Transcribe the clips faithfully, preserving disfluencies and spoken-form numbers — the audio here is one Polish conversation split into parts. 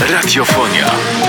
Radiofonia.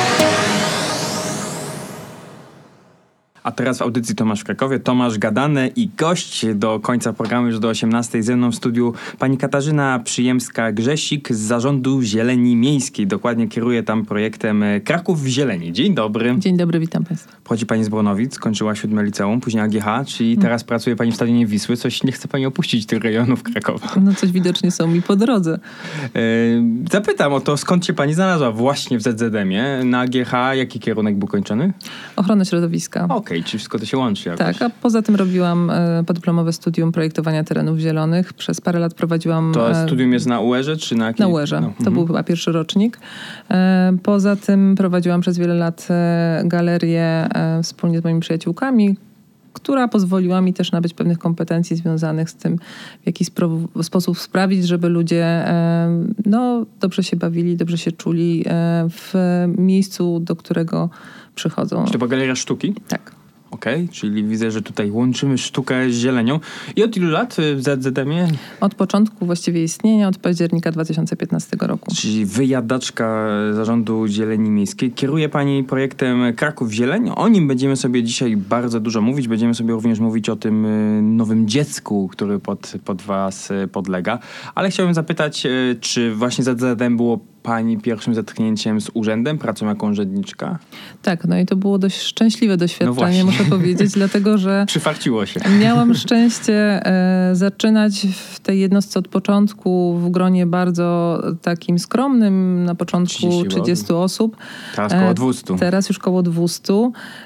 A teraz w audycji Tomasz w Krakowie, Tomasz Gadane i gość do końca programu, już do osiemnastej ze mną w studiu pani Katarzyna Przyjemska-Grzesik z Zarządu Zieleni Miejskiej. Dokładnie kieruje tam projektem Kraków w Zieleni. Dzień dobry. Dzień dobry, witam państwa. Pochodzi pani z Bronowic, kończyła siódme liceum, później A G H, czyli teraz hmm. pracuje pani w Stadionie Wisły. Coś nie chce pani opuścić tych rejonów Krakowa. No coś widocznie są mi po drodze. Yy, zapytam o to, skąd się pani znalazła właśnie w Z Z M-ie. Na A G H jaki kierunek był kończony? Ochrona środowiska. Okej, okay, czyli wszystko to się łączy jakoś. Tak, a poza tym robiłam e, podyplomowe studium projektowania terenów zielonych. Przez parę lat prowadziłam... To e, studium jest na U E R-ze czy na jakiej? Na U E R-ze. No. To mhm. był chyba pierwszy rocznik. E, poza tym prowadziłam przez wiele lat e, galerię e, wspólnie z moimi przyjaciółkami, która pozwoliła mi też nabyć pewnych kompetencji związanych z tym, w jaki spro- sposób sprawić, żeby ludzie e, no, dobrze się bawili, dobrze się czuli e, w miejscu, do którego przychodzą. Czy to była galeria sztuki? Tak. Okej, okay, czyli widzę, że tutaj łączymy sztukę z zielenią. I od ilu lat w Z Z M-ie? Od początku właściwie istnienia, od października dwa tysiące piętnastego roku. Czyli wyjadaczka Zarządu Zieleni Miejskiej. Kieruje pani projektem Kraków Zieleń. O nim będziemy sobie dzisiaj bardzo dużo mówić. Będziemy sobie również mówić o tym nowym dziecku, który pod, pod was podlega. Ale chciałbym zapytać, czy właśnie Z Z M było pani pierwszym zetknięciem z urzędem, pracą jako urzędniczka? Tak, no i to było dość szczęśliwe doświadczenie, no muszę powiedzieć, dlatego że... Przyfarciło się. Miałam szczęście e, zaczynać w tej jednostce od początku w gronie bardzo takim skromnym, na początku trzydziestu osób. Teraz koło dwieście. E, teraz już koło dwieście.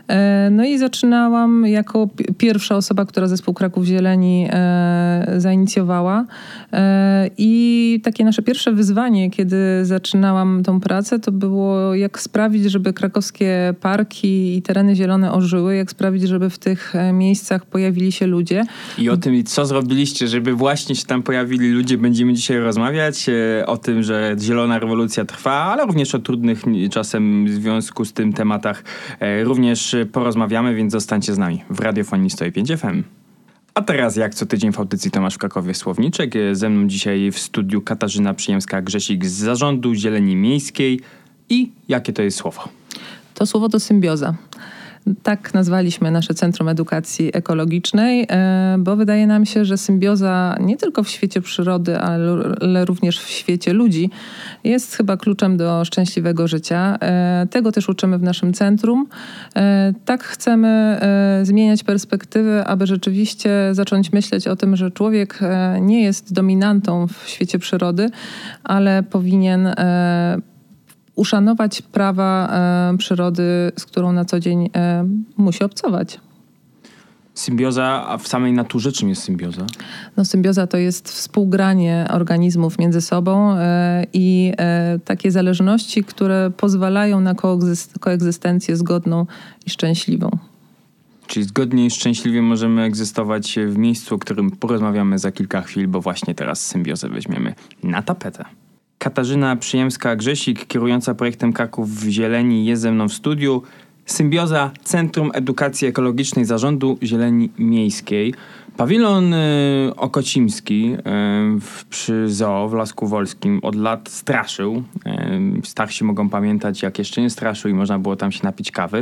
E, no i zaczynałam jako p- pierwsza osoba, która zespół Kraków Zieleni e, zainicjowała. E, I takie nasze pierwsze wyzwanie, kiedy zaczynałam Zaczynałam tą pracę, to było jak sprawić, żeby krakowskie parki i tereny zielone ożyły, jak sprawić, żeby w tych miejscach pojawili się ludzie. I o tym, co zrobiliście, żeby właśnie się tam pojawili ludzie, będziemy dzisiaj rozmawiać. O tym, że zielona rewolucja trwa, ale również o trudnych czasem w związku z tym tematach również porozmawiamy, więc zostańcie z nami w Radiofonii sto pięć F M. A teraz, jak co tydzień w audycji Tomasz w Krakowie Słowniczek. Ze mną dzisiaj w studiu Katarzyna Przyjemska-Grzesik z Zarządu Zieleni Miejskiej. I jakie to jest słowo? To słowo to symbioza. Tak nazwaliśmy nasze Centrum Edukacji Ekologicznej, bo wydaje nam się, że symbioza nie tylko w świecie przyrody, ale również w świecie ludzi jest chyba kluczem do szczęśliwego życia. Tego też uczymy w naszym centrum. Tak chcemy zmieniać perspektywy, aby rzeczywiście zacząć myśleć o tym, że człowiek nie jest dominantą w świecie przyrody, ale powinien uszanować prawa e, przyrody, z którą na co dzień e, musi obcować. Symbioza, a w samej naturze czym jest symbioza? No, symbioza to jest współgranie organizmów między sobą e, i e, takie zależności, które pozwalają na koegzyst- koegzystencję zgodną i szczęśliwą. Czyli zgodnie i szczęśliwie możemy egzystować w miejscu, o którym porozmawiamy za kilka chwil, bo właśnie teraz symbiozę weźmiemy na tapetę. Katarzyna Przyjemska-Grzesik, kierująca projektem Kraków w Zieleni, jest ze mną w studiu. Symbioza Centrum Edukacji Ekologicznej Zarządu Zieleni Miejskiej. Pawilon y, Okocimski y, w, przy Zoo w Lasku Wolskim od lat straszył. Y, starsi mogą pamiętać, jak jeszcze nie straszył i można było tam się napić kawy.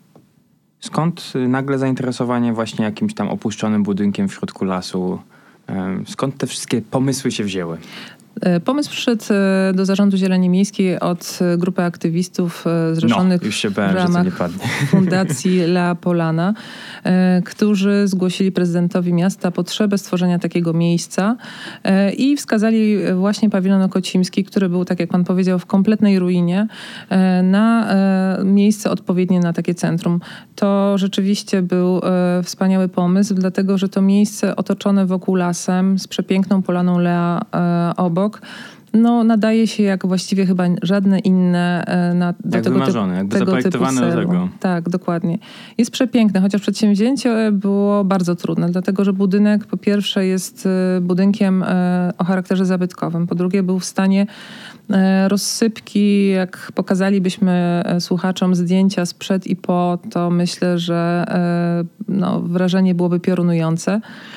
Skąd y, nagle zainteresowanie właśnie jakimś tam opuszczonym budynkiem w środku lasu? Y, skąd te wszystkie pomysły się wzięły? Pomysł przyszedł do Zarządu Zieleni Miejskiej od grupy aktywistów zrzeszonych no, już się bałem, w ramach że to nie padnie. Fundacji Lea Polana, którzy zgłosili prezydentowi miasta potrzebę stworzenia takiego miejsca i wskazali właśnie pawilon Okocimski, który był, tak jak pan powiedział, w kompletnej ruinie, na miejsce odpowiednie na takie centrum. To rzeczywiście był wspaniały pomysł, dlatego że to miejsce otoczone wokół lasem z przepiękną polaną Lea obok, no nadaje się jak właściwie chyba żadne inne na, do jak tego, wymarzone, typu, jakby tego zaprojektowane typu do tego. Tak, dokładnie. Jest przepiękne, chociaż przedsięwzięcie było bardzo trudne, dlatego że budynek po pierwsze jest budynkiem o charakterze zabytkowym, po drugie był w stanie rozsypki, jak pokazalibyśmy słuchaczom zdjęcia sprzed i po, to myślę, że no, wrażenie byłoby piorunujące.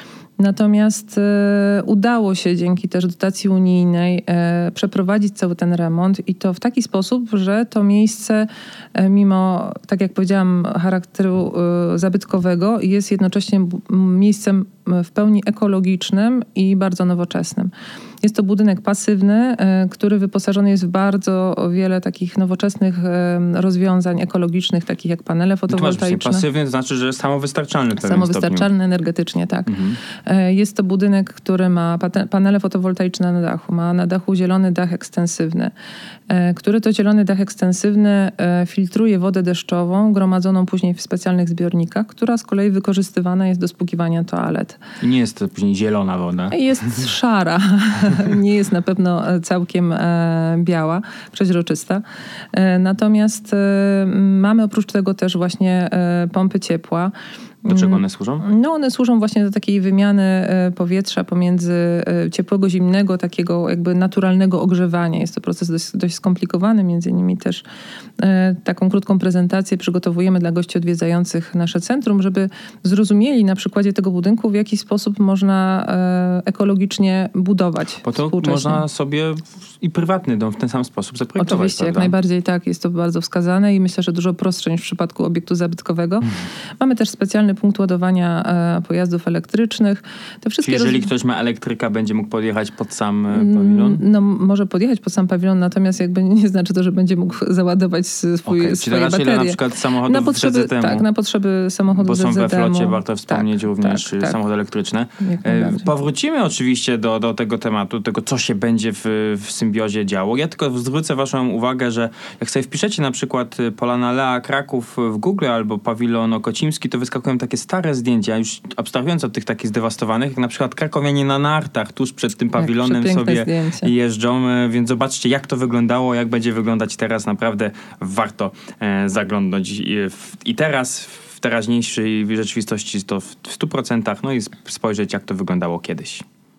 Natomiast e, udało się dzięki też dotacji unijnej e, przeprowadzić cały ten remont i to w taki sposób, że to miejsce e, mimo, tak jak powiedziałam, charakteru e, zabytkowego jest jednocześnie b- miejscem w pełni ekologicznym i bardzo nowoczesnym. Jest to budynek pasywny, który wyposażony jest w bardzo wiele takich nowoczesnych rozwiązań ekologicznych, takich jak panele fotowoltaiczne. Pasywny to znaczy, że samowystarczalny w pewnym Samowystarczalny stopniu. energetycznie, tak. Mhm. Jest to budynek, który ma panele fotowoltaiczne na dachu, ma na dachu zielony dach ekstensywny, który to zielony dach ekstensywny filtruje wodę deszczową, gromadzoną później w specjalnych zbiornikach, która z kolei wykorzystywana jest do spłukiwania toalet. I nie jest to później zielona woda. Jest szara. Nie jest na pewno całkiem e, biała, przeźroczysta. E, natomiast e, mamy oprócz tego też właśnie e, pompy ciepła. Do czego one służą? No one służą właśnie do takiej wymiany powietrza pomiędzy ciepłego, zimnego, takiego jakby naturalnego ogrzewania. Jest to proces dość, dość skomplikowany, między innymi też taką krótką prezentację przygotowujemy dla gości odwiedzających nasze centrum, żeby zrozumieli na przykładzie tego budynku, w jaki sposób można ekologicznie budować. Bo to można sobie i prywatny dom w ten sam sposób zaprojektować. Oczywiście, prawda? Jak najbardziej tak, jest to bardzo wskazane i myślę, że dużo prostsze niż w przypadku obiektu zabytkowego. Hmm. Mamy też specjalny punkt ładowania e, pojazdów elektrycznych. Te wszystkie Czyli jeżeli roz... ktoś ma elektryka, będzie mógł podjechać pod sam pawilon? No może podjechać pod sam pawilon, natomiast jakby nie znaczy to, że będzie mógł załadować swój, okay. swoje Czyli baterie. na przykład samochodów na potrzeby, Z Z temu. Tak, na potrzeby samochodów Bo są Z Z temu. we flocie, warto wspomnieć tak, również tak, tak. samochody elektryczne. E, powrócimy oczywiście do, do tego tematu, tego co się będzie w, w symbiozie działo. Ja tylko zwrócę waszą uwagę, że jak sobie wpiszecie na przykład Polana Lea Kraków w Google albo pawilon Okocimski, to wyskakują takie stare zdjęcia, już abstrahując od tych takich zdewastowanych, jak na przykład krakowianie na nartach tuż przed tym pawilonem sobie zdjęcie. jeżdżą, więc zobaczcie jak to wyglądało, jak będzie wyglądać teraz. Naprawdę warto e, zaglądnąć i, w, i teraz w teraźniejszej rzeczywistości to w stu procentach, no i spojrzeć jak to wyglądało kiedyś.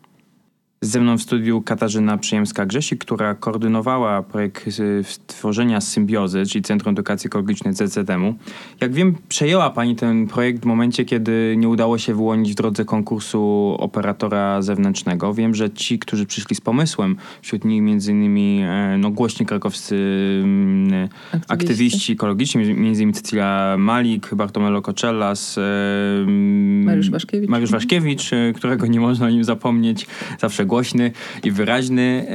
Ze mną w studiu Katarzyna Przyjemska-Grzesik, która koordynowała projekt stworzenia symbiozy, czyli Centrum Edukacji Ekologicznej Z Z M-u. Jak wiem, przejęła pani ten projekt w momencie, kiedy nie udało się wyłonić w drodze konkursu operatora zewnętrznego. Wiem, że ci, którzy przyszli z pomysłem, wśród nich między innymi no, głośni krakowscy aktywiści, aktywiści ekologiczni, między innymi Cecilia Malik, Bartomelo Kocellas, Mariusz Waszkiewicz. Mariusz Waszkiewicz, którego nie można o nim zapomnieć, zawsze głośny i wyraźny.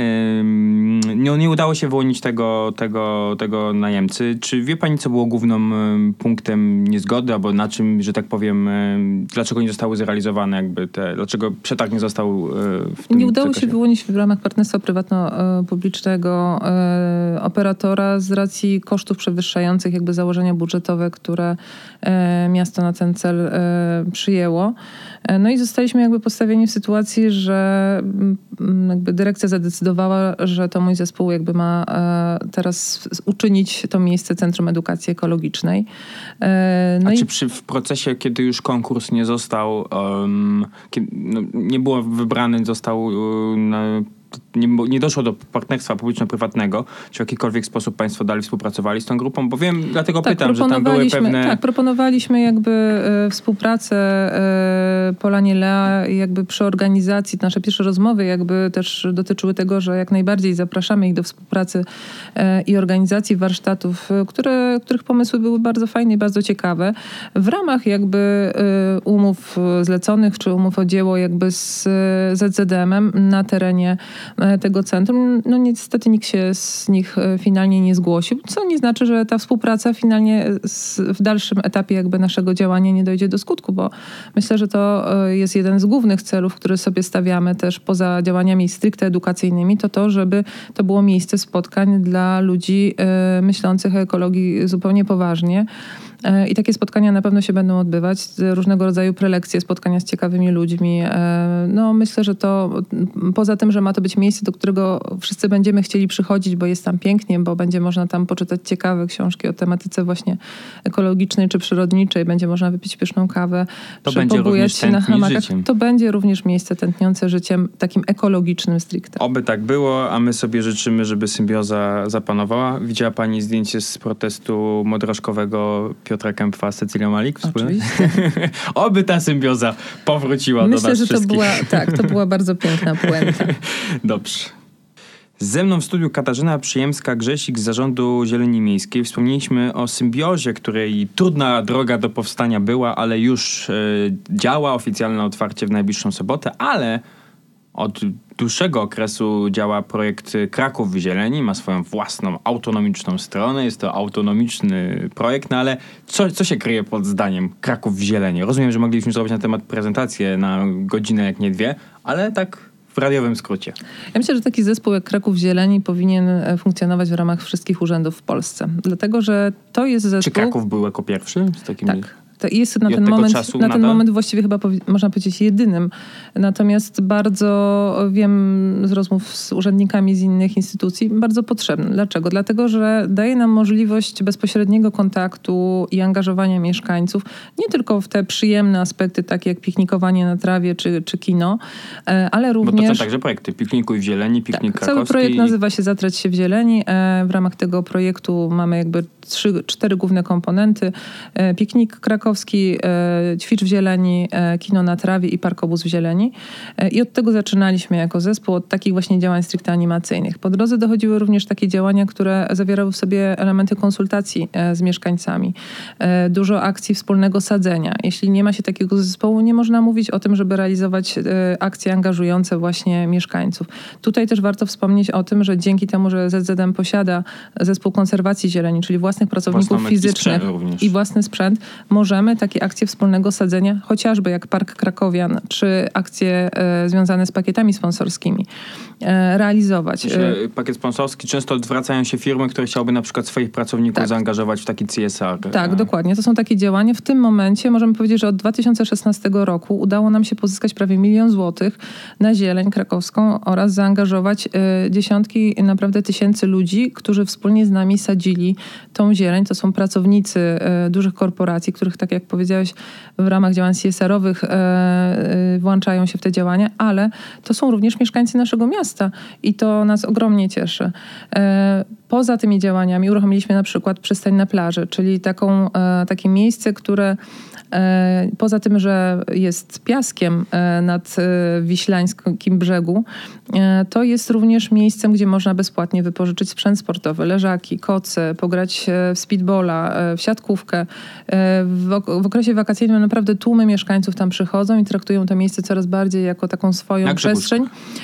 No, nie udało się wyłonić tego, tego, tego najemcy. Czy wie pani, co było głównym punktem niezgody, albo na czym, że tak powiem, dlaczego nie zostały zrealizowane jakby te, dlaczego przetarg nie został w tym Nie udało zakresie? się wyłonić w ramach partnerstwa prywatno-publicznego operatora z racji kosztów przewyższających jakby założenia budżetowe, które miasto na ten cel przyjęło. No i zostaliśmy jakby postawieni w sytuacji, że jakby dyrekcja zadecydowała, że to mój zespół jakby ma teraz uczynić to miejsce Centrum Edukacji Ekologicznej. No A i... czy przy, w procesie, kiedy już konkurs nie został, um, kiedy, no, nie było wybrany, został um, Nie, nie doszło do partnerstwa publiczno-prywatnego, czy w jakikolwiek sposób państwo dalej współpracowali z tą grupą? Bo wiem, dlatego tak, pytam, że tam były pewne... Tak, proponowaliśmy jakby e, współpracę e, Polanie Lea jakby przy organizacji. Nasze pierwsze rozmowy jakby też dotyczyły tego, że jak najbardziej zapraszamy ich do współpracy e, i organizacji warsztatów, które, których pomysły były bardzo fajne i bardzo ciekawe. W ramach jakby e, umów zleconych, czy umów o dzieło jakby z Z Z M-em na terenie tego centrum. No niestety nikt się z nich finalnie nie zgłosił, co nie znaczy, że ta współpraca finalnie w dalszym etapie jakby naszego działania nie dojdzie do skutku, bo myślę, że to jest jeden z głównych celów, które sobie stawiamy też poza działaniami stricte edukacyjnymi, to to, żeby to było miejsce spotkań dla ludzi myślących o ekologii zupełnie poważnie. I takie spotkania na pewno się będą odbywać, różnego rodzaju prelekcje, spotkania z ciekawymi ludźmi. No myślę, że to poza tym, że ma to być miejsce, do którego wszyscy będziemy chcieli przychodzić, bo jest tam pięknie, bo będzie można tam poczytać ciekawe książki o tematyce właśnie ekologicznej czy przyrodniczej, będzie można wypić pyszną kawę, to będzie również się na hamakach. Życiem. To będzie również miejsce tętniące życiem takim ekologicznym stricte. Oby tak było, a my sobie życzymy, żeby symbioza zapanowała. Widziała pani zdjęcie z protestu modrożkowego Piotra Kempfa z Cecilią Malik wspólnie? Oczywiście. Oby ta symbioza powróciła Myślę, do nas że to wszystkich. była, tak, to była bardzo piękna puenta. Dobrze. Ze mną w studiu Katarzyna Przyjemska-Grzesik z Zarządu Zieleni Miejskiej. Wspomnieliśmy o symbiozie, której trudna droga do powstania była, ale już y, działa. Oficjalne otwarcie w najbliższą sobotę, ale od dłuższego okresu działa projekt Kraków w Zieleni. Ma swoją własną, autonomiczną stronę. Jest to autonomiczny projekt, no ale co, co się kryje pod zdaniem Kraków w Zieleni? Rozumiem, że mogliśmy zrobić na temat prezentację na godzinę, jak nie dwie, ale tak w radiowym skrócie. Ja myślę, że taki zespół jak Kraków Zieleni powinien funkcjonować w ramach wszystkich urzędów w Polsce. Dlatego, że to jest zespół... Czy Kraków był jako pierwszy z takim... Tak. To jest na I od ten tego moment, czasu na ten nadal? moment właściwie chyba powi- można powiedzieć jedynym. Natomiast bardzo wiem z rozmów z urzędnikami z innych instytucji, bardzo potrzebny. Dlaczego? Dlatego, że daje nam możliwość bezpośredniego kontaktu i angażowania mieszkańców, nie tylko w te przyjemne aspekty, takie jak piknikowanie na trawie czy, czy kino, ale również... Bo to są także projekty. Piknikuj w Zieleni, Piknik tak, Krakowski. Cały projekt nazywa się Zatrać się w zieleni. W ramach tego projektu mamy jakby trzy, cztery główne komponenty. Piknik krakowski, Ćwicz w zieleni, kino na trawie i parkobus w zieleni. I od tego zaczynaliśmy jako zespół, od takich właśnie działań stricte animacyjnych. Po drodze dochodziły również takie działania, które zawierały w sobie elementy konsultacji z mieszkańcami. Dużo akcji wspólnego sadzenia. Jeśli nie ma się takiego zespołu, nie można mówić o tym, żeby realizować akcje angażujące właśnie mieszkańców. Tutaj też warto wspomnieć o tym, że dzięki temu, że Z Z M posiada zespół konserwacji zieleni, czyli własnych pracowników Własną fizycznych również. i własny sprzęt, możemy takie akcje wspólnego sadzenia, chociażby jak Park Krakowian, czy akcje e, związane z pakietami sponsorskimi e, realizować. Myślę, pakiet sponsorski, często odwracają się firmy, które chciałyby na przykład swoich pracowników Tak. zaangażować w taki C S R. Tak, dokładnie. To są takie działania. W tym momencie możemy powiedzieć, że od dwa tysiące szesnastego roku udało nam się pozyskać prawie milion złotych na zieleń krakowską oraz zaangażować e, dziesiątki, naprawdę tysięcy ludzi, którzy wspólnie z nami sadzili tą zieleń. To są pracownicy e, dużych korporacji, których, tak jak powiedziałeś, w ramach działań C S R-owych e, e, włączają się w te działania, ale to są również mieszkańcy naszego miasta i to nas ogromnie cieszy. E, poza tymi działaniami uruchomiliśmy na przykład przystań na plaży, czyli taką, e, takie miejsce, które e, poza tym, że jest piaskiem e, nad e, wiślańskim brzegu, e, to jest również miejscem, gdzie można bezpłatnie wypożyczyć sprzęt sportowy, leżaki, koce, pograć e, w speedbola, e, w siatkówkę. E, w, ok- w okresie wakacyjnym naprawdę tłumy mieszkańców tam przychodzą i traktują to miejsce coraz bardziej jako taką swoją Na przestrzeń.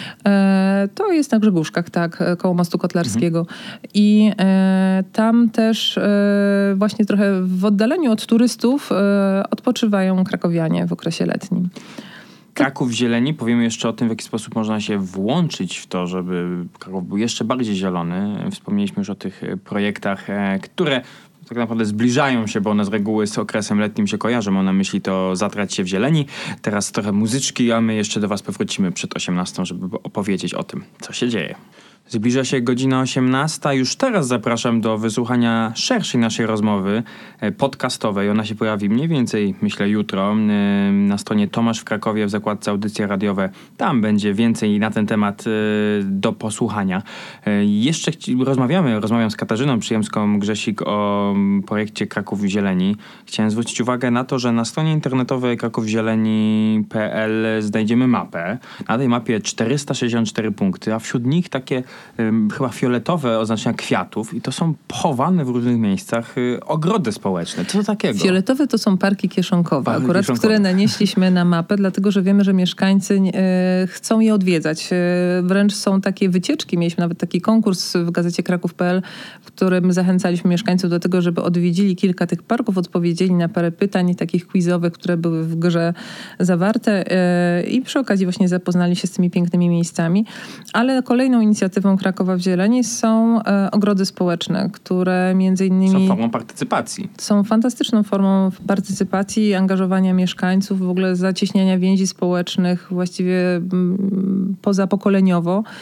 E, to jest na Grzegórzkach, tak, koło Mostu Kotlarskiego. Mhm. I e, tam też e, właśnie trochę w oddaleniu od turystów e, odpoczywają krakowianie w okresie letnim. Kraków w zieleni. Powiemy jeszcze o tym, w jaki sposób można się włączyć w to, żeby Kraków był jeszcze bardziej zielony. Wspomnieliśmy już o tych projektach, które tak naprawdę zbliżają się, bo one z reguły z okresem letnim się kojarzą. Mam na myśli to Zatrać się w zieleni. Teraz trochę muzyczki, a my jeszcze do was powrócimy przed osiemnastą, żeby opowiedzieć o tym, co się dzieje. Zbliża się godzina osiemnasta. Już teraz zapraszam do wysłuchania szerszej naszej rozmowy podcastowej. Ona się pojawi mniej więcej, myślę, jutro na stronie Tomasz w Krakowie w zakładce Audycje radiowe. Tam będzie więcej na ten temat do posłuchania. Jeszcze rozmawiamy, rozmawiam z Katarzyną Przyjemską-Grzesik o projekcie Kraków w Zieleni. Chciałem zwrócić uwagę na to, że na stronie internetowej kraków zieleni kropka p l znajdziemy mapę. Na tej mapie czterysta sześćdziesiąt cztery punkty, a wśród nich takie um, chyba fioletowe oznaczenia kwiatów i to są pochowane w różnych miejscach y, ogrody społeczne. Co to takiego? Fioletowe to są parki kieszonkowe, Parki akurat, kieszonkowe. które nanieśliśmy na mapę, dlatego że wiemy, że mieszkańcy e, chcą je odwiedzać. E, wręcz są takie wycieczki. Mieliśmy nawet taki konkurs w gazecie kraków kropka p l, w którym zachęcaliśmy mieszkańców do tego, żeby odwiedzili kilka tych parków, odpowiedzieli na parę pytań takich quizowych, które były w grze zawarte e, i przy okazji właśnie zapoznali się z tymi pięknymi miejscami. Ale kolejną inicjatywą Krakowa w Zieleni są e, ogrody społeczne, które między innymi... Są formą partycypacji. Są fantastyczną formą partycypacji, angażowania mieszkańców, w ogóle zacieśniania więzi społecznych właściwie m, pozapokoleniowo.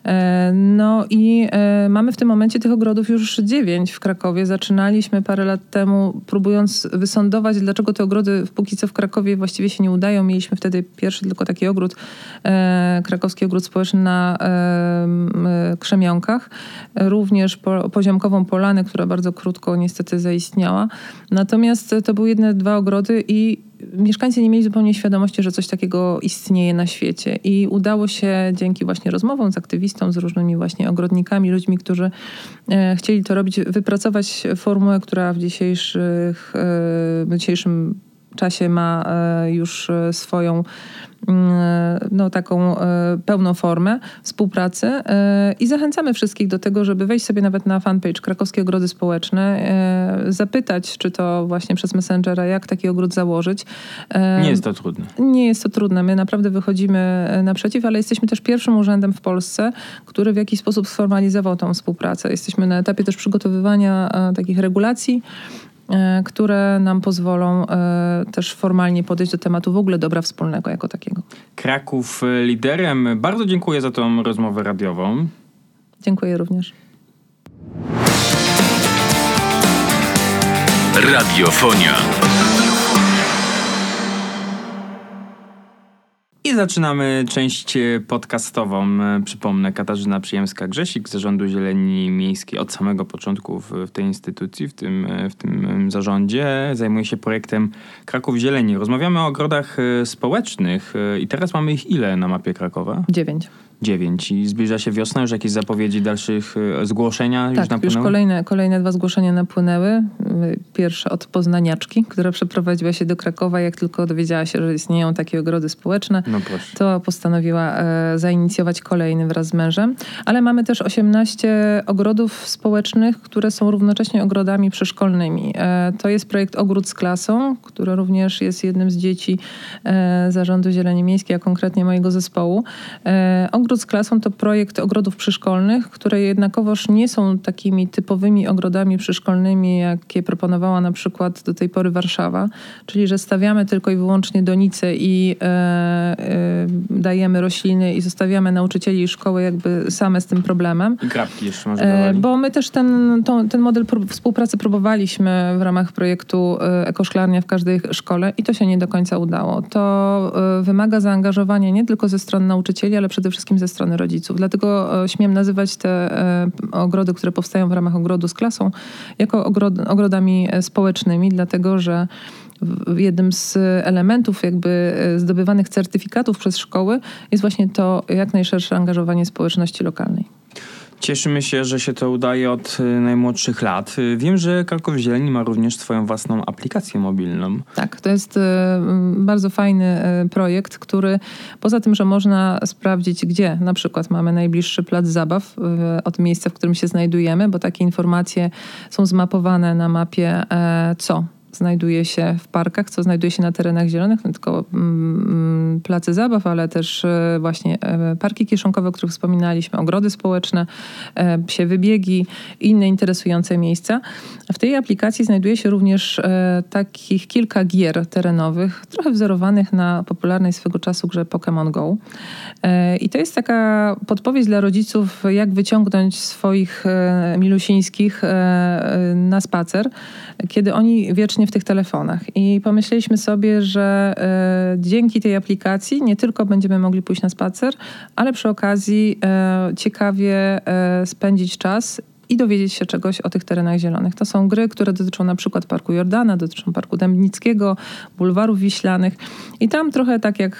No i mamy w tym momencie tych ogrodów już dziewięć w Krakowie. Zaczynaliśmy parę lat temu, próbując wysądować, dlaczego te ogrody póki co w Krakowie właściwie się nie udają. Mieliśmy wtedy pierwszy tylko taki ogród, krakowski ogród społeczny na Krzemionkach. Również po, poziomkową polanę, która bardzo krótko niestety zaistniała. Natomiast to były jedne, dwa ogrody i mieszkańcy nie mieli zupełnie świadomości, że coś takiego istnieje na świecie. I udało się dzięki właśnie rozmowom z aktywistą, z różnymi właśnie ogrodnikami, ludźmi, którzy e, chcieli to robić, wypracować formułę, która w dzisiejszych, e, w dzisiejszym czasie ma e, już swoją no, taką e, pełną formę współpracy e, i zachęcamy wszystkich do tego, żeby wejść sobie nawet na fanpage Krakowskie Ogrody Społeczne, e, zapytać, czy to właśnie przez Messengera, jak taki ogród założyć. E, nie jest to trudne. Nie jest to trudne. My naprawdę wychodzimy naprzeciw, ale jesteśmy też pierwszym urzędem w Polsce, który w jakiś sposób sformalizował tą współpracę. Jesteśmy na etapie też przygotowywania e, takich regulacji, które nam pozwolą e, też formalnie podejść do tematu w ogóle dobra wspólnego jako takiego. Kraków liderem. Bardzo dziękuję za tą rozmowę radiową. Dziękuję również. Radiofonia. I zaczynamy część podcastową. Przypomnę, Katarzyna Przyjemska-Grzesik z Zarządu Zieleni Miejskiej od samego początku w, w tej instytucji, w tym, w tym zarządzie. Zajmuje się projektem Kraków Zieleni. Rozmawiamy o ogrodach społecznych i teraz mamy ich ile na mapie Krakowa? Dziewięć. Dziewięć. I zbliża się wiosna, już jakieś zapowiedzi dalszych zgłoszenia tak, już napłynęły? już kolejne, kolejne dwa zgłoszenia napłynęły. Pierwsze od poznaniaczki, która przeprowadziła się do Krakowa. Jak tylko dowiedziała się, że istnieją takie ogrody społeczne, no proszę, to postanowiła e, zainicjować kolejny wraz z mężem. Ale mamy też osiemnaście ogrodów społecznych, które są równocześnie ogrodami przyszkolnymi. E, to jest projekt Ogród z klasą, który również jest jednym z dzieci e, Zarządu Zieleni Miejskiej, a konkretnie mojego zespołu. E, Ogród z klasą to projekt ogrodów przyszkolnych, które jednakowoż nie są takimi typowymi ogrodami przyszkolnymi, jakie proponowała na przykład do tej pory Warszawa, czyli że stawiamy tylko i wyłącznie donice i e, e, dajemy rośliny i zostawiamy nauczycieli i szkoły jakby same z tym problemem. I grabki jeszcze może dawali. E, bo my też ten, to, ten model prób, współpracy próbowaliśmy w ramach projektu e, Ekoszklarnia w każdej szkole i to się nie do końca udało. To e, wymaga zaangażowania nie tylko ze strony nauczycieli, ale przede wszystkim ze strony rodziców. Dlatego e, śmiem nazywać te e, ogrody, które powstają w ramach ogrodu z klasą, jako ogrod, ogrodami społecznymi, dlatego że jednym z elementów jakby zdobywanych certyfikatów przez szkoły jest właśnie to jak najszersze angażowanie społeczności lokalnej. Cieszymy się, że się to udaje od najmłodszych lat. Wiem, że Kraków Zieleni ma również swoją własną aplikację mobilną. Tak, to jest bardzo fajny projekt, który poza tym, że można sprawdzić, gdzie na przykład mamy najbliższy plac zabaw od miejsca, w którym się znajdujemy, bo takie informacje są zmapowane na mapie co znajduje się w parkach, co znajduje się na terenach zielonych, nie tylko mm, place zabaw, ale też e, właśnie e, parki kieszonkowe, o których wspominaliśmy, ogrody społeczne, e, psie wybiegi i inne interesujące miejsca. W tej aplikacji znajduje się również e, takich kilka gier terenowych, trochę wzorowanych na popularnej swego czasu grze Pokémon Go. E, I to jest taka podpowiedź dla rodziców, jak wyciągnąć swoich e, milusińskich e, na spacer, kiedy oni wiecznie w tych telefonach. I pomyśleliśmy sobie, że e, dzięki tej aplikacji nie tylko będziemy mogli pójść na spacer, ale przy okazji e, ciekawie e, spędzić czas i dowiedzieć się czegoś o tych terenach zielonych. To są gry, które dotyczą na przykład Parku Jordana, dotyczą Parku Dębnickiego, bulwarów wiślanych. I tam trochę tak jak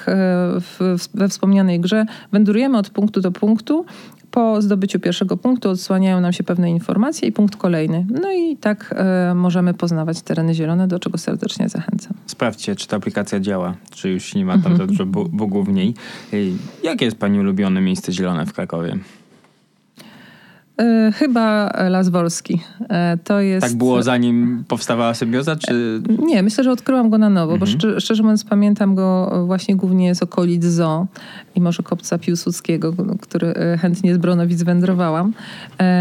w, we wspomnianej grze wędrujemy od punktu do punktu. Po zdobyciu pierwszego punktu odsłaniają nam się pewne informacje i punkt kolejny. No i tak e, możemy poznawać tereny zielone, do czego serdecznie zachęcam. Sprawdźcie, czy ta aplikacja działa, czy już nie ma tam za dużo bugów w niej. Jakie jest pani ulubione miejsce zielone w Krakowie? E, chyba Las Wolski. E, to jest... Tak było zanim powstawała Symbioza, czy... Nie, myślę, że odkryłam go na nowo, mhm. bo szczerze, szczerze mówiąc pamiętam go właśnie głównie z okolic Zoo i może Kopca Piłsudskiego, który chętnie z Bronowic wędrowałam. E,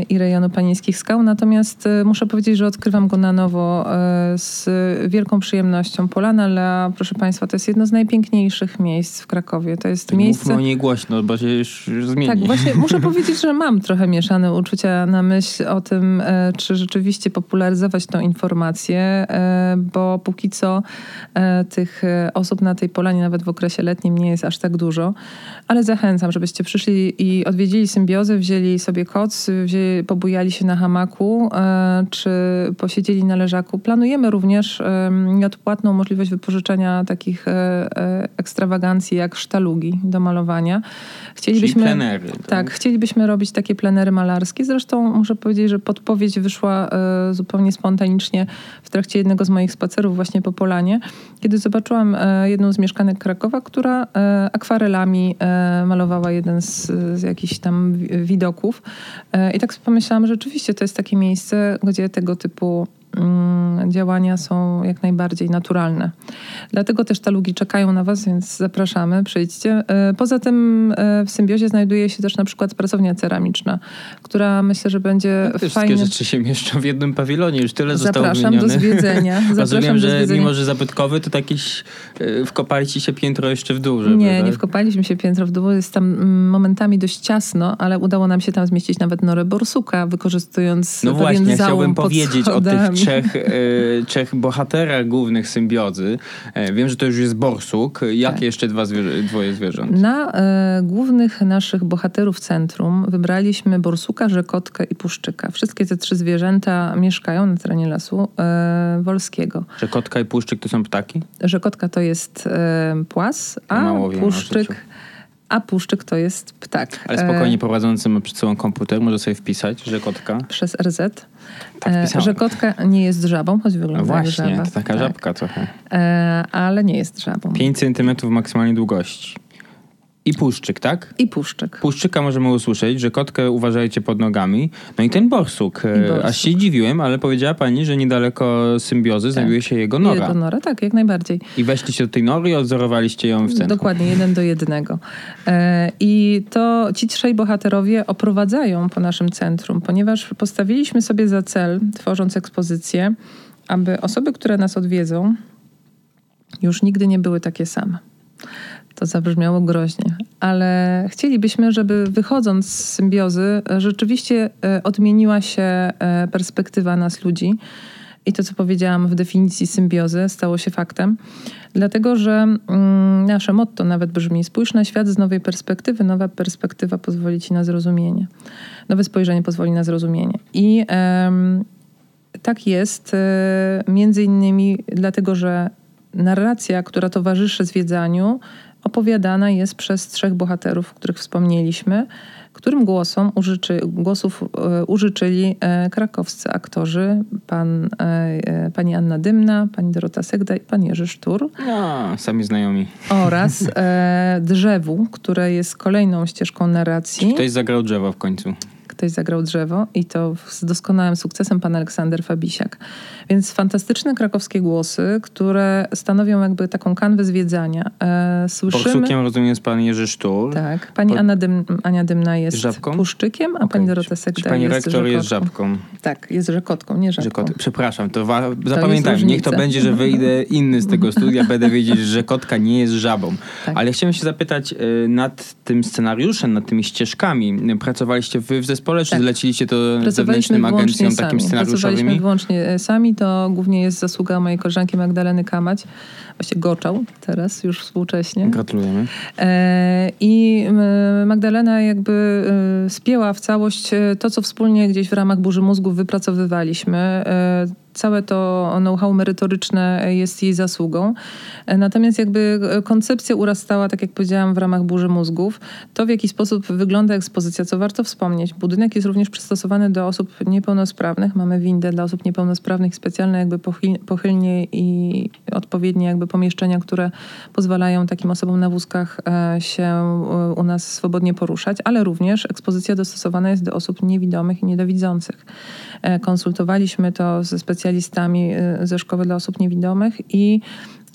i rejonu Panieńskich Skał. Natomiast muszę powiedzieć, że odkrywam go na nowo z wielką przyjemnością. Polana Lea, proszę Państwa, to jest jedno z najpiękniejszych miejsc w Krakowie. To jest tak miejsce... Mówmy o niej głośno, bo się już, już zmieni. Tak, właśnie muszę powiedzieć, że mam trochę mieszane uczucia na myśl o tym, czy rzeczywiście popularyzować tą informację, bo póki co tych osób na tej polanie nawet w okresie letnim nie jest aż tak dużo. Ale zachęcam, żebyście przyszli i odwiedzili Symbiozę, wzięli sobie koc, wzięli, pobujali się na hamaku, czy posiedzieli na leżaku. Planujemy również nieodpłatną możliwość wypożyczenia takich ekstrawagancji jak sztalugi do malowania. Chcielibyśmy, Czyli plenery. Tak? tak, chcielibyśmy robić takie plenery malarskie. Zresztą muszę powiedzieć, że podpowiedź wyszła e, zupełnie spontanicznie w trakcie jednego z moich spacerów właśnie po Polanie, kiedy zobaczyłam e, jedną z mieszkanek Krakowa, która e, akwarelami e, malowała jeden z, z jakichś tam widoków. E, I tak sobie pomyślałam, że rzeczywiście to jest takie miejsce, gdzie tego typu działania są jak najbardziej naturalne. Dlatego też talugi czekają na was, więc zapraszamy, przyjdźcie. Poza tym w Symbiozie znajduje się też na przykład pracownia ceramiczna, która myślę, że będzie te fajnie... Wszystkie rzeczy się mieszczą w jednym pawilonie, już tyle zostało Zapraszam wymienione. do zwiedzenia. Rozumiem, że zwiedzenia. mimo, że zabytkowy, to jakieś wkopali ci się piętro jeszcze w dół. Żeby, nie, tak? nie wkopaliśmy się piętro w dół. Jest tam momentami dość ciasno, ale udało nam się tam zmieścić nawet norę borsuka, wykorzystując No pewien właśnie, załom chciałbym pod powiedzieć schodami. o tych trzech, e, trzech bohaterach głównych Symbiozy. E, wiem, że to już jest borsuk. Jakie tak. jeszcze dwa zwierzę, dwoje zwierząt? Na e, głównych naszych bohaterów centrum wybraliśmy borsuka, rzekotkę i puszczyka. Wszystkie te trzy zwierzęta mieszkają na terenie Lasu e, Wolskiego. Rzekotka i puszczyk to są ptaki? Rzekotka to jest e, płas, a Mało wiem o puszczyk... życiu. A puszczyk to jest ptak. Ale spokojnie prowadzący ma przed sobą komputer, może sobie wpisać, że kotka. Przez R Z. Tak e, że kotka nie jest żabą, choć wygląda No właśnie, jak żaba. to taka tak. żabka trochę. E, ale nie jest żabą. pięć centymetrów maksymalnej długości. I puszczyk, tak? I puszczyk. Puszczyka możemy usłyszeć, że kotkę uważajcie pod nogami. No i ten borsuk. I borsuk. Aż się dziwiłem, ale powiedziała pani, że niedaleko Symbiozy tak. znajduje się jego nora. Jego nora, tak, jak najbardziej. I weszliście do tej nory i odzorowaliście ją w centrum. Dokładnie, jeden do jednego. E, I to ci trzej bohaterowie oprowadzają po naszym centrum, ponieważ postawiliśmy sobie za cel, tworząc ekspozycję, aby osoby, które nas odwiedzą, już nigdy nie były takie same. To zabrzmiało groźnie, ale chcielibyśmy, żeby wychodząc z Symbiozy rzeczywiście odmieniła się perspektywa nas ludzi i to, co powiedziałam w definicji symbiozy, stało się faktem. Dlatego, że mm, nasze motto nawet brzmi: spójrz na świat z nowej perspektywy, nowa perspektywa pozwoli ci na zrozumienie. Nowe spojrzenie pozwoli na zrozumienie. I em, tak jest e, między innymi dlatego, że narracja, która towarzyszy zwiedzaniu, opowiadana jest przez trzech bohaterów, o których wspomnieliśmy, którym głosom użyczy, głosów e, użyczyli e, krakowscy aktorzy, pan, e, pani Anna Dymna, pani Dorota Segda i pan Jerzy Sztur. No, sami znajomi. Oraz e, drzewu, które jest kolejną ścieżką narracji. Czy ktoś zagrał drzewo w końcu? Ktoś zagrał drzewo i to z doskonałym sukcesem pan Aleksander Fabisiak. Więc fantastyczne krakowskie głosy, które stanowią jakby taką kanwę zwiedzania. E, słyszymy... Borsukiem rozumiem jest pan Jerzy Sztur. Tak. Pani po... Anna Dym, Ania Dymna jest żabką? puszczykiem, a okay. pani Dorota Segda pani jest rektor rzekotką. jest żabką. Tak, jest rzekotką, nie żabką. Rzekot... Przepraszam, to, wa... to zapamiętam. Niech to będzie, że wyjdę inny z tego studia, będę wiedzieć, że rzekotka nie jest żabą. Tak. Ale chciałem się zapytać y, nad tym scenariuszem, nad tymi ścieżkami. Pracowaliście wy w zespole, czy tak. zleciliście to zewnętrznym agencjom sami. takim scenariuszowymi? Pracowaliśmy wyłącznie sami. To głównie jest zasługa mojej koleżanki Magdaleny Kamać. Właśnie Goczał teraz, już współcześnie. Gratulujemy. E, I Magdalena jakby e, spięła w całość to, co wspólnie gdzieś w ramach Burzy Mózgów wypracowywaliśmy. E, Całe to know-how merytoryczne jest jej zasługą. Natomiast jakby koncepcja urastała, tak jak powiedziałam, w ramach Burzy Mózgów. To, w jaki sposób wygląda ekspozycja, co warto wspomnieć. Budynek jest również przystosowany do osób niepełnosprawnych. Mamy windę dla osób niepełnosprawnych, specjalne jakby pochylnie i odpowiednie jakby pomieszczenia, które pozwalają takim osobom na wózkach się u nas swobodnie poruszać, ale również ekspozycja dostosowana jest do osób niewidomych i niedowidzących. Konsultowaliśmy to ze specjalistami ze Szkoły dla Osób Niewidomych i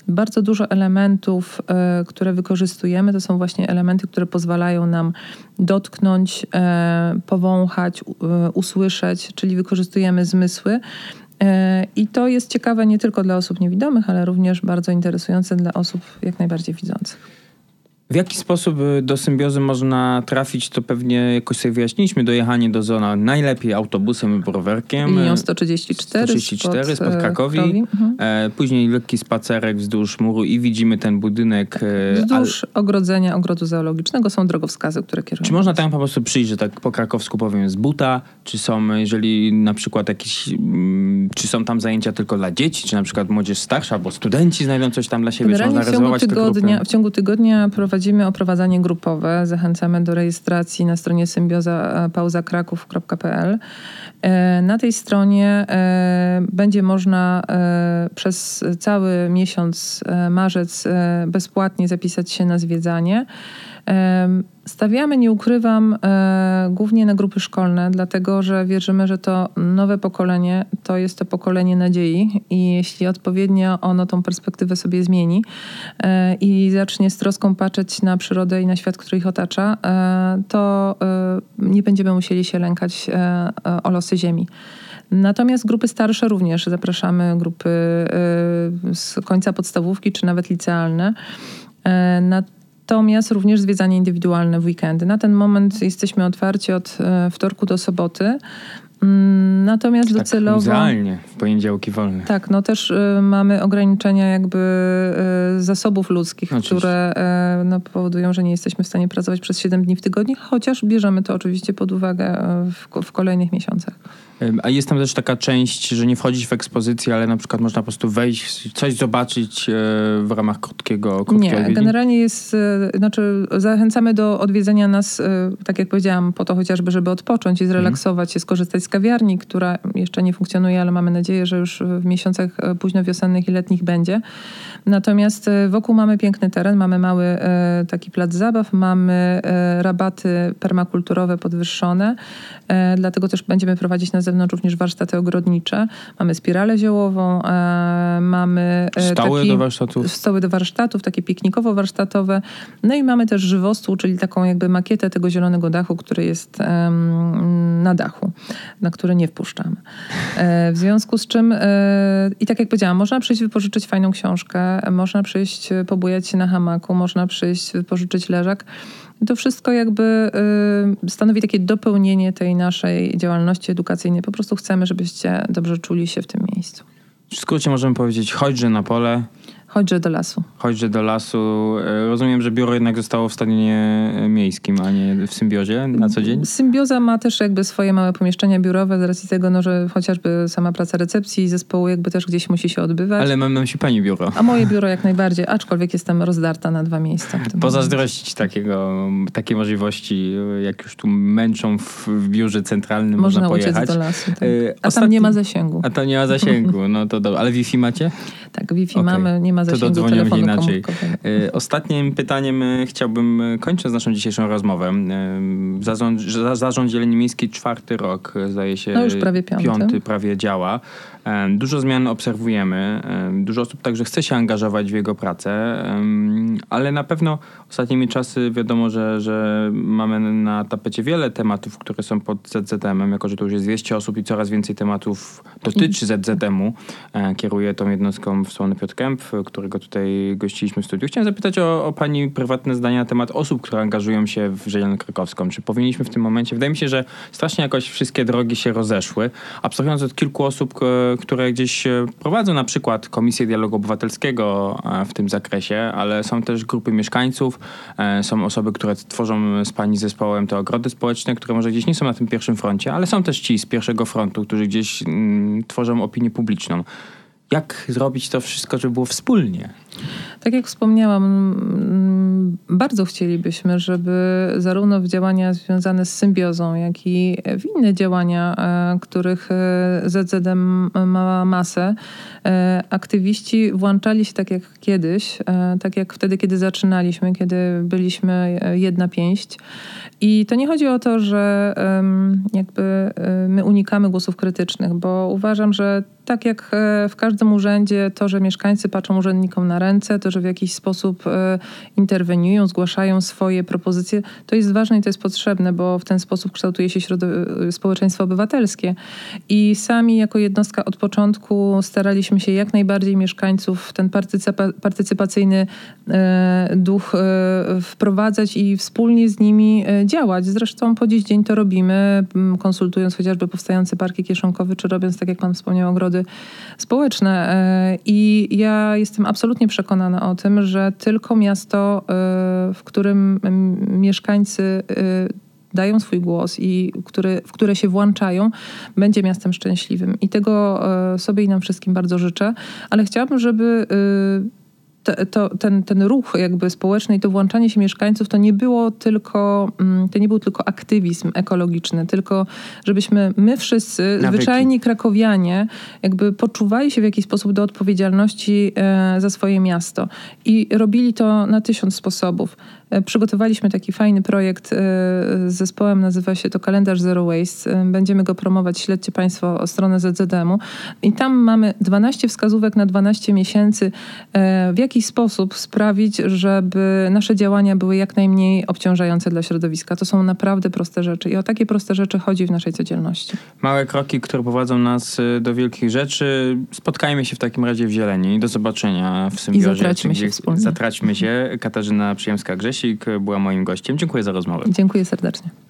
Bardzo dużo elementów, e, które wykorzystujemy, to są właśnie elementy, które pozwalają nam dotknąć, e, powąchać, e, usłyszeć, czyli wykorzystujemy zmysły. E, I to jest ciekawe nie tylko dla osób niewidomych, ale również bardzo interesujące dla osób jak najbardziej widzących. W jaki sposób do symbiozy można trafić, to pewnie jakoś sobie wyjaśniliśmy. Dojechanie do Zona najlepiej autobusem lub rowerkiem. Linią sto trzydzieści cztery, sto trzydzieści cztery spod, spod Krakowi. Mhm. E, później lekki spacerek wzdłuż muru i widzimy ten budynek. Tak, wzdłuż ale... ogrodzenia ogrodu zoologicznego są drogowskazy, które kierują. Czy można tam po prostu przyjść, że tak po krakowsku powiem, z buta? Czy są, jeżeli na przykład jakieś, czy są tam zajęcia tylko dla dzieci, czy na przykład młodzież starsza, albo studenci znajdą coś tam dla siebie? Czy można w ciągu rezerwować tygodnia, w ciągu tygodnia prowadzimy oprowadzanie grupowe. Zachęcamy do rejestracji na stronie symbioza pauza kraków kropka p l. Na tej stronie będzie można przez cały miesiąc marzec bezpłatnie zapisać się na zwiedzanie. Stawiamy, nie ukrywam, głównie na grupy szkolne, dlatego że wierzymy, że to nowe pokolenie to jest to pokolenie nadziei i jeśli odpowiednio ono tą perspektywę sobie zmieni i zacznie z troską patrzeć na przyrodę i na świat, który ich otacza, to nie będziemy musieli się lękać o losy Ziemi. Natomiast grupy starsze również zapraszamy, grupy z końca podstawówki czy nawet licealne. Natomiast również zwiedzanie indywidualne w weekendy. Na ten moment jesteśmy otwarci od wtorku do soboty. Natomiast tak, docelowo... Idealnie, w poniedziałki wolne. Tak, no też y, mamy ograniczenia jakby y, zasobów ludzkich, oczywiście. które y, no, powodują, że nie jesteśmy w stanie pracować przez siedem dni w tygodniu, chociaż bierzemy to oczywiście pod uwagę w, w kolejnych miesiącach. A jest tam też taka część, że nie wchodzić w ekspozycję, ale na przykład można po prostu wejść, coś zobaczyć w ramach krótkiego, krótkiego Nie, odwiedzin? generalnie jest, znaczy zachęcamy do odwiedzenia nas, tak jak powiedziałam, po to chociażby, żeby odpocząć i zrelaksować się, skorzystać z kawiarni, która jeszcze nie funkcjonuje, ale mamy nadzieję, że już w miesiącach późno wiosennych i letnich będzie. Natomiast wokół mamy piękny teren, mamy mały taki plac zabaw, mamy rabaty permakulturowe podwyższone, dlatego też będziemy prowadzić na zewnątrz również warsztaty ogrodnicze. Mamy spiralę ziołową, mamy stoły taki, do warsztatów. Stoły do warsztatów, takie piknikowo-warsztatowe. No i mamy też żywostół, czyli taką jakby makietę tego zielonego dachu, który jest na dachu, na który nie wpuszczamy. W związku z czym i tak jak powiedziałam, można przyjść wypożyczyć fajną książkę, można przyjść pobujać się na hamaku, można przyjść wypożyczyć leżak. To wszystko jakby y, stanowi takie dopełnienie tej naszej działalności edukacyjnej. Po prostu chcemy, żebyście dobrze czuli się w tym miejscu. W skrócie możemy powiedzieć, chodźże na pole. Chodźże do lasu. Chodźże do lasu. Rozumiem, że biuro jednak zostało w stadionie miejskim, a nie w Symbiozie na co dzień? Symbioza ma też jakby swoje małe pomieszczenia biurowe z racji tego, no, że chociażby sama praca recepcji i zespołu jakby też gdzieś musi się odbywać. Ale mam na myśli pani biuro. A moje biuro jak najbardziej, aczkolwiek jestem rozdarta na dwa miejsca. Pozazdrościć takiego, takiej możliwości, jak już tu męczą w, w biurze centralnym, można, można pojechać. Można uciec do lasu. Tak. A Ostatni... tam nie ma zasięgu. A to nie ma zasięgu, no to dobrze. Ale Wi-Fi macie? Tak, Wi-Fi okay. mamy, nie ma zasięgu to telefonu inaczej. Y, ostatnim pytaniem y, chciałbym, y, kończąc naszą dzisiejszą rozmowę, y, zarząd, za, Zarząd Zieleni Miejskiej czwarty rok, zdaje się, no już prawie piąty. piąty prawie działa. Y, dużo zmian obserwujemy. Y, dużo osób także chce się angażować w jego pracę, y, ale na pewno ostatnimi czasy wiadomo, że, że mamy na tapecie wiele tematów, które są pod zet zet emem, jako że to już jest dwieście osób i coraz więcej tematów dotyczy zet zet emu. Y, kieruje tą jednostką wspomniany Piotr Kęp, którego tutaj gościliśmy w studiu. Chciałem zapytać o, o pani prywatne zdania na temat osób, które angażują się w Zielenię Krakowską. Czy powinniśmy w tym momencie... Wydaje mi się, że strasznie jakoś wszystkie drogi się rozeszły. Abstrahując od kilku osób, które gdzieś prowadzą na przykład Komisję Dialogu Obywatelskiego w tym zakresie, ale są też grupy mieszkańców, są osoby, które tworzą z pani zespołem te ogrody społeczne, które może gdzieś nie są na tym pierwszym froncie, ale są też ci z pierwszego frontu, którzy gdzieś mm, tworzą opinię publiczną. Jak zrobić to wszystko, żeby było wspólnie? Tak jak wspomniałam, bardzo chcielibyśmy, żeby zarówno w działania związane z symbiozą, jak i w inne działania, których Z Z M ma masę, aktywiści włączali się tak jak kiedyś, tak jak wtedy, kiedy zaczynaliśmy, kiedy byliśmy jedna pięść. I to nie chodzi o to, że jakby my unikamy głosów krytycznych, bo uważam, że tak jak w każdym urzędzie, to, że mieszkańcy patrzą urzędnikom na ręce, to, że w jakiś sposób interweniują, zgłaszają swoje propozycje, to jest ważne i to jest potrzebne, bo w ten sposób kształtuje się środow- społeczeństwo obywatelskie. I sami jako jednostka od początku staraliśmy się jak najbardziej mieszkańców w ten partycypa- partycypacyjny e, duch e, wprowadzać i wspólnie z nimi e, działać. Zresztą po dziś dzień to robimy, konsultując chociażby powstający parki kieszonkowe, czy robiąc, tak jak pan wspomniał, ogrody społeczne. I ja jestem absolutnie przekonana o tym, że tylko miasto, w którym mieszkańcy dają swój głos i który, w które się włączają, będzie miastem szczęśliwym. I tego sobie i nam wszystkim bardzo życzę. Ale chciałabym, żeby To, to, ten, ten ruch jakby społeczny i to włączanie się mieszkańców to nie było tylko, to nie był tylko aktywizm ekologiczny, tylko żebyśmy my wszyscy, Nawyki. zwyczajni krakowianie, jakby poczuwali się w jakiś sposób do odpowiedzialności e, za swoje miasto. I robili to na tysiąc sposobów. E, przygotowaliśmy taki fajny projekt e, z zespołem, nazywa się to Kalendarz Zero Waste. E, będziemy go promować, śledźcie państwo stronę Z Z M u. I tam mamy dwanaście wskazówek na dwanaście miesięcy, e, w jaki sposób sprawić, żeby nasze działania były jak najmniej obciążające dla środowiska. To są naprawdę proste rzeczy i o takie proste rzeczy chodzi w naszej codzienności. Małe kroki, które prowadzą nas do wielkich rzeczy. Spotkajmy się w takim razie w zieleni. Do zobaczenia w symbiozie. I zatraćmy się wspólnie. Zatraćmy się. Katarzyna Przyjemska-Grzesik była moim gościem. Dziękuję za rozmowę. Dziękuję serdecznie.